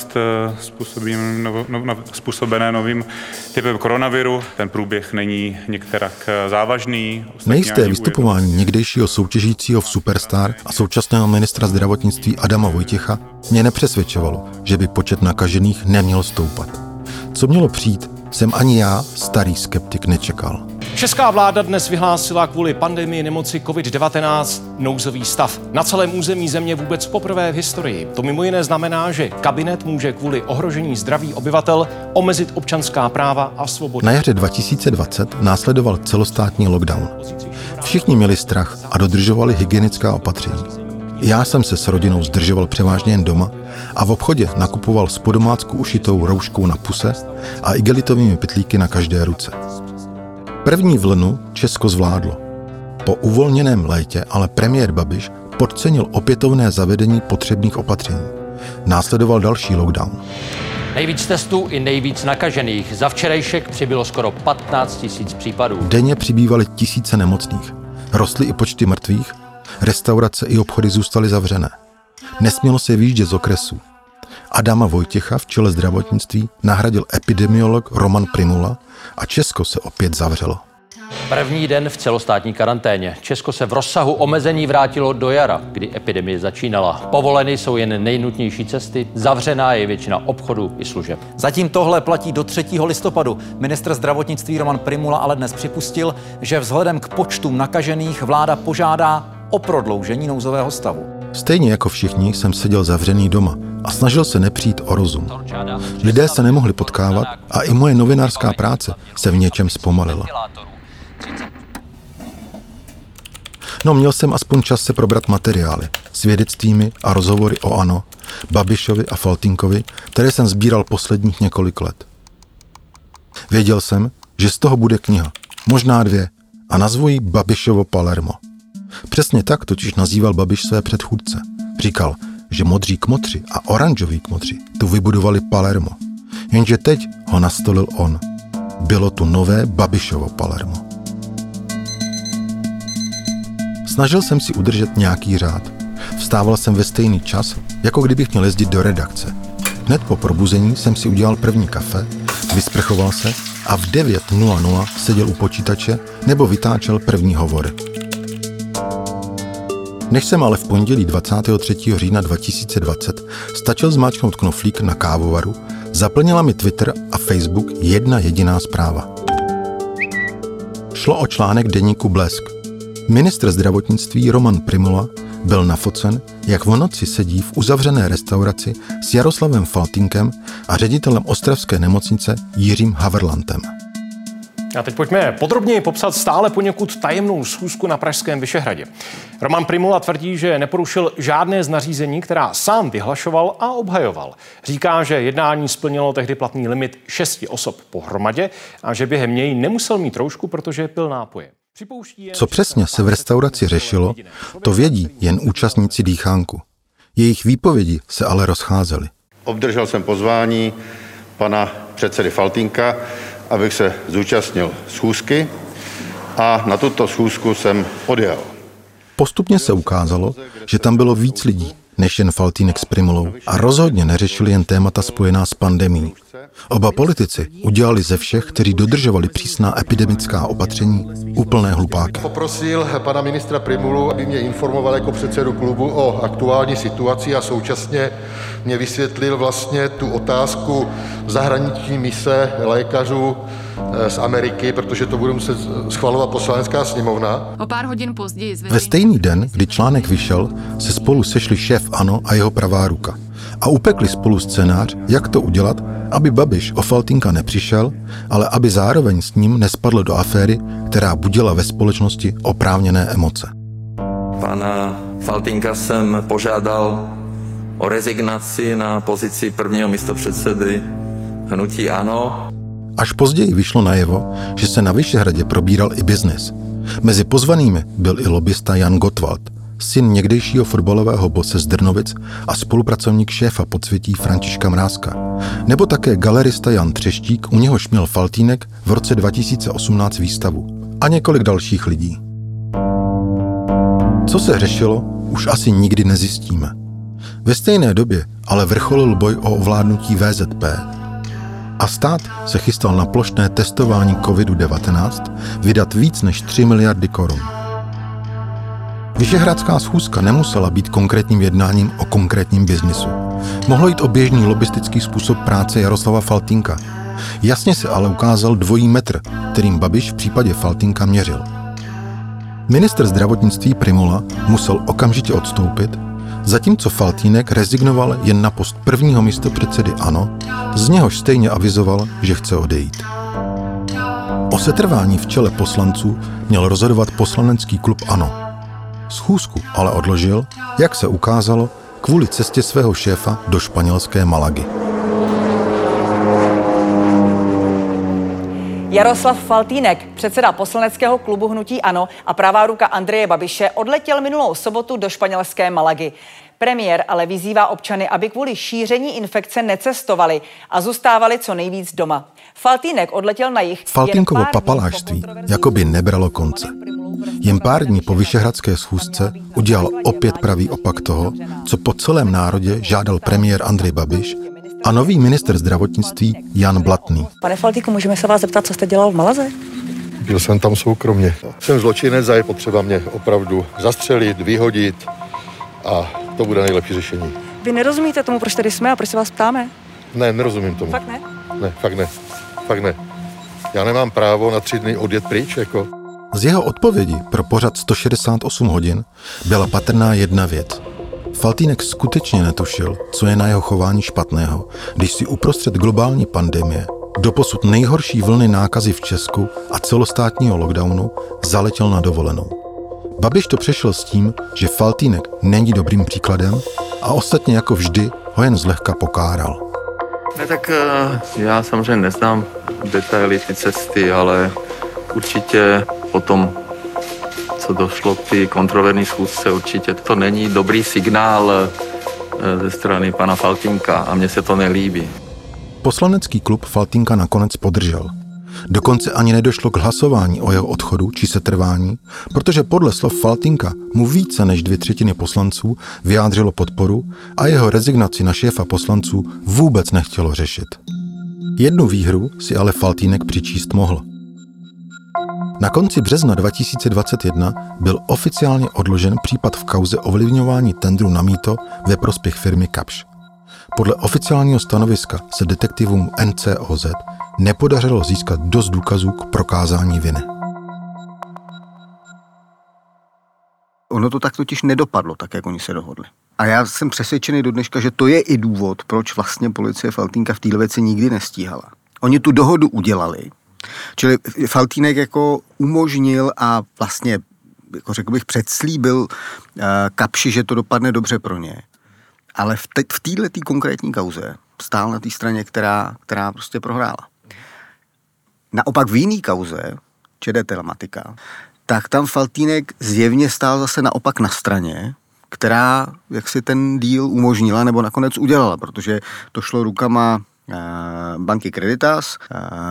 způsobené novým typem koronaviru. Ten průběh není některak závažný. Nejisté vystupování někdejšího soutěžícího v Superstar a současného ministra zdravotnictví Adama Vojtěcha mě nepřesvědčovalo, že by počet nakažených neměl stoupat. Co mělo přijít, jsem ani já, starý skeptik, nečekal. Česká vláda dnes vyhlásila kvůli pandemii nemoci COVID-19 nouzový stav. Na celém území země vůbec poprvé v historii. To mimo jiné znamená, že kabinet může kvůli ohrožení zdraví obyvatel omezit občanská práva a svobody. Na jaře 2020 následoval celostátní lockdown. Všichni měli strach a dodržovali hygienická opatření. Já jsem se s rodinou zdržoval převážně jen doma a v obchodě nakupoval s po domácku ušitou rouškou na puse a igelitovými pytlíky na každé ruce. První vlnu Česko zvládlo. Po uvolněném létě ale premiér Babiš podcenil opětovné zavedení potřebných opatření. Následoval další lockdown. Nejvíc testů i nejvíc nakažených. Za včerejšek přibylo skoro 15 000 případů. Denně přibývaly tisíce nemocných. Rostly i počty mrtvých, restaurace i obchody zůstaly zavřené. Nesmělo se vyjíždět z okresu. Adama Vojtěcha v čele zdravotnictví nahradil epidemiolog Roman Prymula a Česko se opět zavřelo. První den v celostátní karanténě. Česko se v rozsahu omezení vrátilo do jara, kdy epidemie začínala. Povoleny jsou jen nejnutnější cesty, zavřená je většina obchodů i služeb. Zatím tohle platí do 3. listopadu. Ministr zdravotnictví Roman Prymula ale dnes připustil, že vzhledem k počtům nakažených vláda požádá o prodloužení nouzového stavu. Stejně jako všichni jsem seděl zavřený doma a snažil se nepřijít o rozum. Lidé se nemohli potkávat a i moje novinářská práce se v něčem zpomalila. No, měl jsem aspoň čas se probrat materiály, svědectvími a rozhovory o ANO, Babišovi a Faltýnkovi, které jsem sbíral posledních několik let. Věděl jsem, že z toho bude kniha, možná 2, a nazvu ji Babišovo Palermo. Přesně tak totiž nazýval Babiš své předchůdce. Říkal, že modří kmotři a oranžoví kmotři tu vybudovali Palermo. Jenže teď ho nastolil on. Bylo tu nové Babišovo Palermo. Snažil jsem si udržet nějaký řád. Vstával jsem ve stejný čas, jako kdybych měl jezdit do redakce. Hned po probuzení jsem si udělal první kafe, vysprchoval se a v 9:00 seděl u počítače nebo vytáčel první hovory. Než jsem ale v pondělí 23. října 2020 stačil zmáčknout knoflík na kávovaru, zaplnila mi Twitter a Facebook jedna jediná zpráva. Šlo o článek deníku Blesk. Ministr zdravotnictví Roman Prymula byl nafocen, jak v noci sedí v uzavřené restauraci s Jaroslavem Faltýnkem a ředitelem ostravské nemocnice Jiřím Havrlantem. A teď pojďme podrobněji popsat stále poněkud tajemnou schůzku na pražském Vyšehradě. Roman Prymula tvrdí, že neporušil žádné z nařízení, která sám vyhlašoval a obhajoval. Říká, že jednání splnilo tehdy platný limit 6 osob pohromadě a že během něj nemusel mít roušku, protože pil nápoje. Co přesně se v restauraci řešilo, to vědí jen účastníci dýchánku. Jejich výpovědi se ale rozcházely. Obdržel jsem pozvání pana předsedy Faltýnka, abych se zúčastnil schůzky, a na tuto schůzku jsem odjel. Postupně se ukázalo, že tam bylo víc lidí, než jen Faltýnek s Prymulou, a rozhodně neřešili jen témata spojená s pandemií. Oba politici udělali ze všech, kteří dodržovali přísná epidemická opatření, úplné hlupáky. Poprosil pana ministra Prymulu, aby mě informoval jako předsedu klubu o aktuální situaci a současně mě vysvětlil vlastně tu otázku zahraniční mise lékařů z Ameriky, protože to bude muset schvalovat Poslanecká sněmovna. O pár hodin později Ve stejný den, kdy článek vyšel, se spolu sešli šéf ANO a jeho pravá ruka a upekli spolu scénář, jak to udělat, aby Babiš o Faltýnka nepřišel, ale aby zároveň s ním nespadl do aféry, která budila ve společnosti oprávněné emoce. Pana Faltýnka jsem požádal o rezignaci na pozici prvního místopředsedy hnutí ANO. Až později vyšlo najevo, že se na Vyšehradě probíral i biznes. Mezi pozvanými byl i lobista Jan Gottwald, syn někdejšího fotbalového bose z Drnovic a spolupracovník šéfa podsvětí Františka Mrázka. Nebo také galerista Jan Třeštík, u něhož měl Faltýnek v roce 2018 výstavu. A několik dalších lidí. Co se řešilo, už asi nikdy nezjistíme. Ve stejné době ale vrcholil boj o ovládnutí VZP a stát se chystal na plošné testování COVID-19 vydat víc než 3 miliardy korun. Vyšehradská schůzka nemusela být konkrétním jednáním o konkrétním biznisu. Mohlo jít o běžný lobistický způsob práce Jaroslava Faltýnka. Jasně se ale ukázal dvojí metr, kterým Babiš v případě Faltýnka měřil. Ministr zdravotnictví Prymula musel okamžitě odstoupit, zatímco Faltýnek rezignoval jen na post prvního místopředsedy ANO, z něhož stejně avizoval, že chce odejít. O setrvání v čele poslanců měl rozhodovat poslanecký klub ANO. Schůzku ale odložil, jak se ukázalo, kvůli cestě svého šéfa do španělské Malagy. Jaroslav Faltýnek, předseda poslaneckého klubu hnutí ANO a pravá ruka Andreje Babiše, odletěl minulou sobotu do španělské Malagy. Premiér ale vyzývá občany, aby kvůli šíření infekce necestovali a zůstávali co nejvíc doma. Faltýnek odletěl na jih. Faltýnkovo papalášství jakoby nebralo konce. Jen pár dní po vyšehradské schůzce udělal opět pravý opak toho, co po celém národě žádal premiér Andrej Babiš a nový ministr zdravotnictví Jan Blatný. Pane Faltýnku, můžeme se vás zeptat, co jste dělal v Malaze? Byl jsem tam soukromně. Jsem zločinec a je potřeba mě opravdu zastřelit, vyhodit a to bude nejlepší řešení. Vy nerozumíte tomu, proč tady jsme a proč se vás ptáme? Ne, nerozumím tomu. Fakt ne? Ne, fakt ne. Fakt ne. Já nemám právo na 3 dny odjet pryč, jako. Z jeho odpovědi pro pořad 168 hodin byla patrná jedna věc. Faltýnek skutečně netušil, co je na jeho chování špatného, když si uprostřed globální pandemie, doposud nejhorší vlny nákazy v Česku a celostátního lockdownu, zaletěl na dovolenou. Babiš to přešel s tím, že Faltýnek není dobrým příkladem a ostatně jako vždy ho jen zlehka pokáral. Ne, tak já samozřejmě neznám detaily ty cesty, ale určitě potom, co došlo k té kontroverzní schůzce, určitě to není dobrý signál ze strany pana Faltýnka a mně se to nelíbí. Poslanecký klub Faltýnka nakonec podržel. Dokonce ani nedošlo k hlasování o jeho odchodu či setrvání, protože podle slov Faltýnka mu více než 2/3 poslanců vyjádřilo podporu a jeho rezignaci na šéfa poslanců vůbec nechtělo řešit. Jednu výhru si ale Faltýnek přičíst mohl. Na konci března 2021 byl oficiálně odložen případ v kauze ovlivňování tendru na mýto ve prospěch firmy Kapsch. Podle oficiálního stanoviska se detektivům NCOZ nepodařilo získat dost důkazů k prokázání viny. Ono to tak totiž nedopadlo, tak jak oni se dohodli. A já jsem přesvědčený do dneška, že to je i důvod, proč vlastně policie Faltýnka v této věci nikdy nestíhala. Oni tu dohodu udělali, čili Faltýnek jako umožnil a vlastně, jako řekl bych, předslíbil Kapschi, že to dopadne dobře pro ně. Ale v této konkrétní kauze stál na té straně, která prostě prohrála. Naopak v jiný kauze, ČD Telematika, tak tam Faltýnek zjevně stál zase naopak na straně, která jaksi ten deal umožnila nebo nakonec udělala, protože to šlo rukama banky Creditas,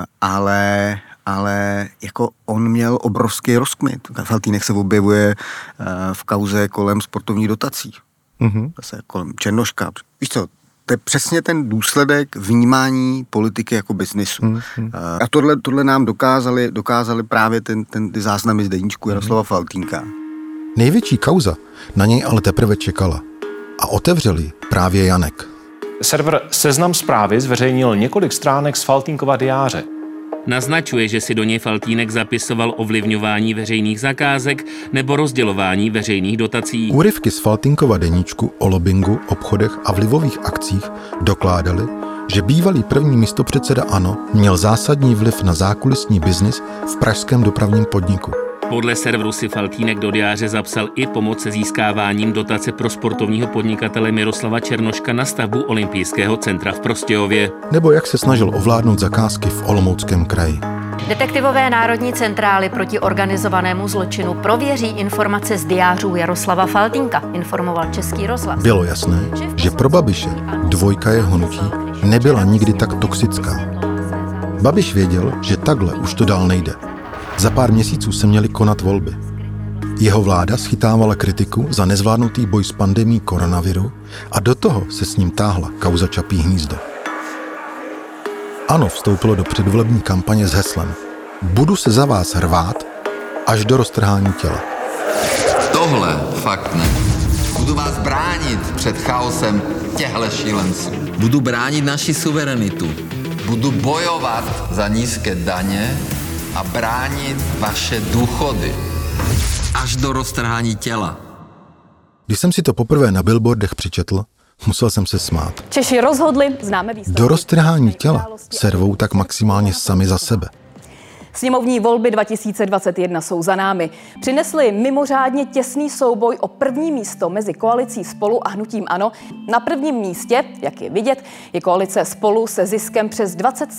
ale jako on měl obrovský rozkmit. Faltýnek se objevuje v kauze kolem sportovních dotací. Zase kolem Černoška. Víš co, to je přesně ten důsledek vnímání politiky jako biznisu. A tohle nám dokázali právě ty záznamy z deníčku Jaroslava Faltýnka. Největší kauza na něj ale teprve čekala. A otevřeli právě Janek. Server Seznam Zprávy zveřejnil několik stránek z Faltýnkova diáře. Naznačuje, že si do něj Faltýnek zapisoval ovlivňování veřejných zakázek nebo rozdělování veřejných dotací. Úryvky z Faltýnkova deníčku o lobbingu, obchodech a vlivových akcích dokládaly, že bývalý první místopředseda ANO měl zásadní vliv na zákulisní biznis v pražském dopravním podniku. Podle serveru si Faltýnek do diáře zapsal i pomoc se získáváním dotace pro sportovního podnikatele Miroslava Černoška na stavbu olympijského centra v Prostějově. Nebo jak se snažil ovládnout zakázky v Olomouckém kraji. Detektivové Národní centrály proti organizovanému zločinu prověří informace z diářů Jaroslava Faltýnka, informoval Český rozhlas. Bylo jasné, že pro Babiše dvojka jeho hnutí nebyla nikdy tak toxická. Babiš věděl, že takhle už to dál nejde. Za pár měsíců se měly konat volby. Jeho vláda schytávala kritiku za nezvládnutý boj s pandemií koronaviru a do toho se s ním táhla kauza Čapí hnízdo. ANO vstoupilo do předvolební kampaně s heslem Budu se za vás rvát až do roztrhání těla. Tohle fakt ne. Budu vás bránit před chaosem těchto šílenců. Budu bránit naši suverenitu. Budu bojovat za nízké daně a bránit vaše důchody. Až do roztrhání těla. Když jsem si to poprvé na billboardech přečetl, musel jsem se smát. Češi rozhodli, známe výsledky. Do roztrhání těla se rvou tak maximálně sami za sebe. Sněmovní volby 2021 jsou za námi. Přinesly mimořádně těsný souboj o první místo mezi koalicí Spolu a hnutím ANO. Na prvním místě, jak je vidět, je koalice Spolu se ziskem přes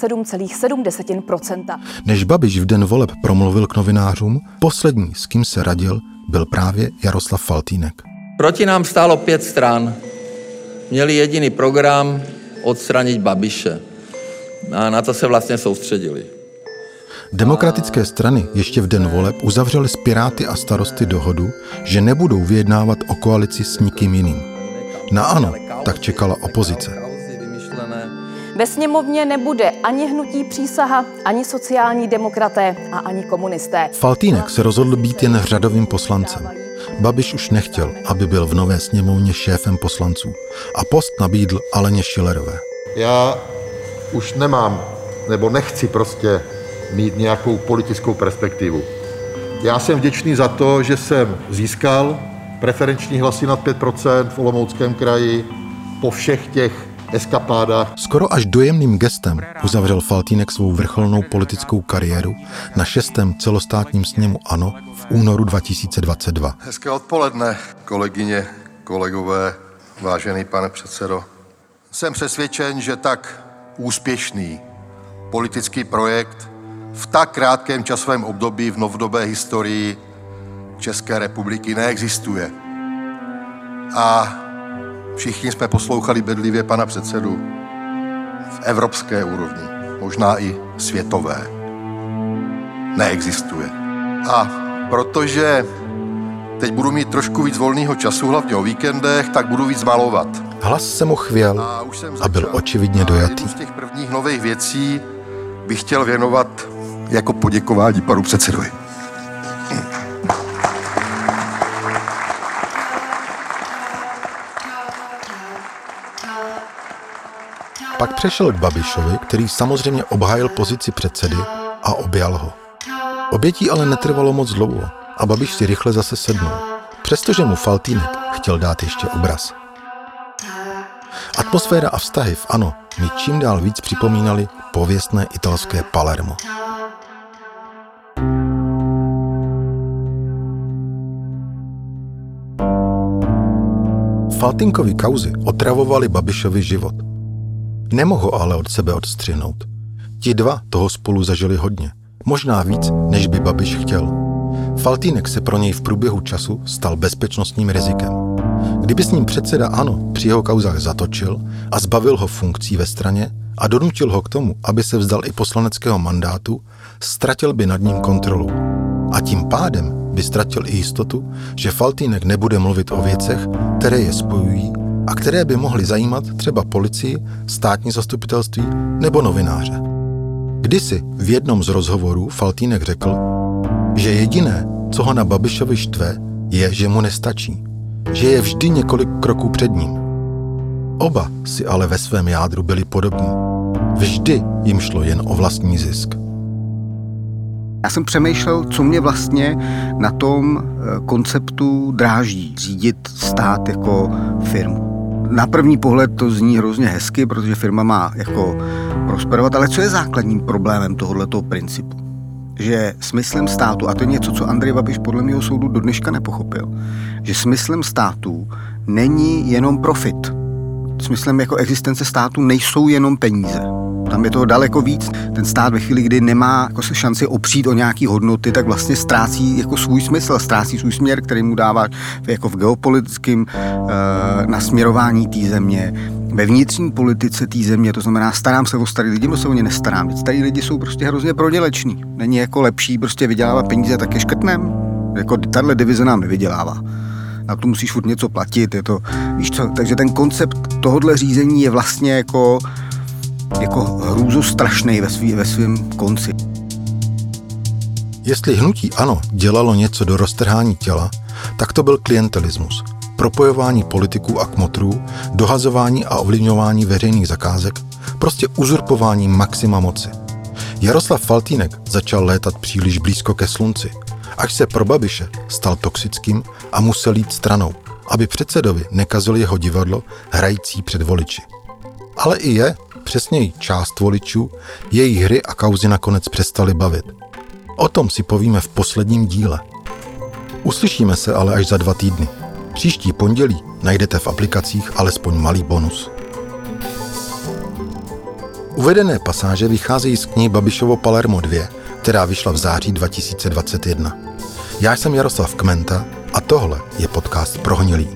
27,7%. Než Babiš v den voleb promluvil k novinářům, poslední, s kým se radil, byl právě Jaroslav Faltýnek. Proti nám stálo 5 stran. Měli jediný program odstranit Babiše. A na to se vlastně soustředili. Demokratické strany ještě v den voleb uzavřely s Piráty a Starosty dohodu, že nebudou vyjednávat o koalici s nikým jiným. Na ANO tak čekala opozice. Ve sněmovně nebude ani hnutí Přísaha, ani sociální demokraté a ani komunisté. Faltýnek se rozhodl být jen řadovým poslancem. Babiš už nechtěl, aby byl v nové sněmovně šéfem poslanců a post nabídl Aleně Schillerové. Já už nemám, nebo nechci prostě mít nějakou politickou perspektivu. Já jsem vděčný za to, že jsem získal preferenční hlasy nad 5% v Olomouckém kraji po všech těch eskapádách. Skoro až dojemným gestem uzavřel Faltýnek svou vrcholnou politickou kariéru na 6. celostátním sněmu ANO v únoru 2022. Hezké odpoledne, kolegyně, kolegové, vážený pane předsedo. Jsem přesvědčen, že tak úspěšný politický projekt v tak krátkém časovém období v novodobé historii České republiky neexistuje. A všichni jsme poslouchali bedlivě pana předsedu v evropské úrovni, možná i světové. Neexistuje. A protože teď budu mít trošku víc volného času, hlavně o víkendech, tak budu víc malovat. Hlas se mu chvěl a byl očividně dojatý. Jednu z těch prvních nových věcí bych chtěl věnovat jako poděkování panu předsedovi. Pak přešel k Babišovi, který samozřejmě obhájil pozici předsedy a objal ho. Obětí ale netrvalo moc dlouho a Babiš si rychle zase sednul, přestože mu Faltýnek chtěl dát ještě obraz. Atmosféra a vztahy v ANO mi čím dál víc připomínaly pověstné italské Palermo. Faltýnkovy kauzy otravovaly Babišovi život. Nemohl ho ale od sebe odstřihnout. Ti dva toho spolu zažili hodně, možná víc, než by Babiš chtěl. Faltýnek se pro něj v průběhu času stal bezpečnostním rizikem. Kdyby s ním předseda ANO při jeho kauzách zatočil a zbavil ho funkcí ve straně a donutil ho k tomu, aby se vzdal i poslaneckého mandátu, ztratil by nad ním kontrolu. A tím pádem by ztratil i jistotu, že Faltýnek nebude mluvit o věcech, které je spojují a které by mohly zajímat třeba policii, státní zastupitelství nebo novináře. Kdysi v jednom z rozhovorů Faltýnek řekl, že jediné, co ho na Babišovi štve, je, že mu nestačí, že je vždy několik kroků před ním. Oba si ale ve svém jádru byli podobní. Vždy jim šlo jen o vlastní zisk. Já jsem přemýšlel, co mě vlastně na tom konceptu dráždí řídit stát jako firmu. Na první pohled to zní hrozně hezky, protože firma má jako prosperovat, ale co je základním problémem tohoto principu? Že smyslem státu, a to je něco, co Andrej Babiš podle mého soudu do dneška nepochopil, že smyslem státu není jenom profit. Smyslem jako existence státu nejsou jenom peníze. Tam je toho daleko víc. Ten stát ve chvíli, kdy nemá jako se šanci opřít o nějaký hodnoty, tak vlastně ztrácí jako svůj smysl, ztrácí svůj směr, který mu dává jako v geopolitickém nasměrování té země, ve vnitřní politice té země, to znamená starám se o starý lidi, nebo se o ně nestarám. Starí lidi jsou prostě hrozně proděleční. Není jako lepší prostě vydělávat peníze, tak je škrtnem. Jako tahle divize nám nevydělává. Na to musíš furt něco platit, je to, víš co, takže ten koncept tohohle řízení je vlastně jako hrůzostrašnej ve svém konci. Jestli hnutí ANO dělalo něco do roztrhání těla, tak to byl klientelismus. Propojování politiků a kmotrů, dohazování a ovlivňování veřejných zakázek, prostě uzurpování maxima moci. Jaroslav Faltýnek začal létat příliš blízko ke slunci, až se pro Babiše stal toxickým a musel jít stranou, aby předsedovi nekazil jeho divadlo hrající před voliči. Ale i přesněji část voličů, jejich hry a kauzy nakonec přestaly bavit. O tom si povíme v posledním díle. Uslyšíme se ale až za 2 týdny. Příští pondělí najdete v aplikacích alespoň malý bonus. Uvedené pasáže vycházejí z knihy Babišovo Palermo 2, která vyšla v září 2021. Já jsem Jaroslav Kmenta a tohle je podcast Prohnilý.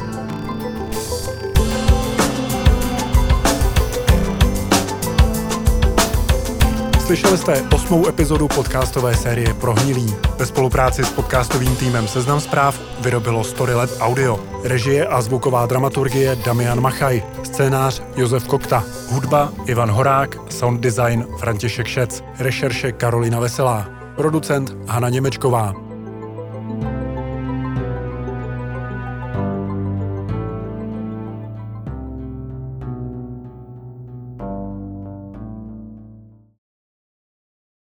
Slyšeli jste 8. epizodu podcastové série Prohnilí. Ve spolupráci s podcastovým týmem Seznam Zpráv vyrobilo Storylab Audio. Režie a zvuková dramaturgie Damian Machaj. Scénář Josef Kokta. Hudba Ivan Horák. Sound design František Šec. Rešerše Karolina Veselá. Producent Hana Němečková.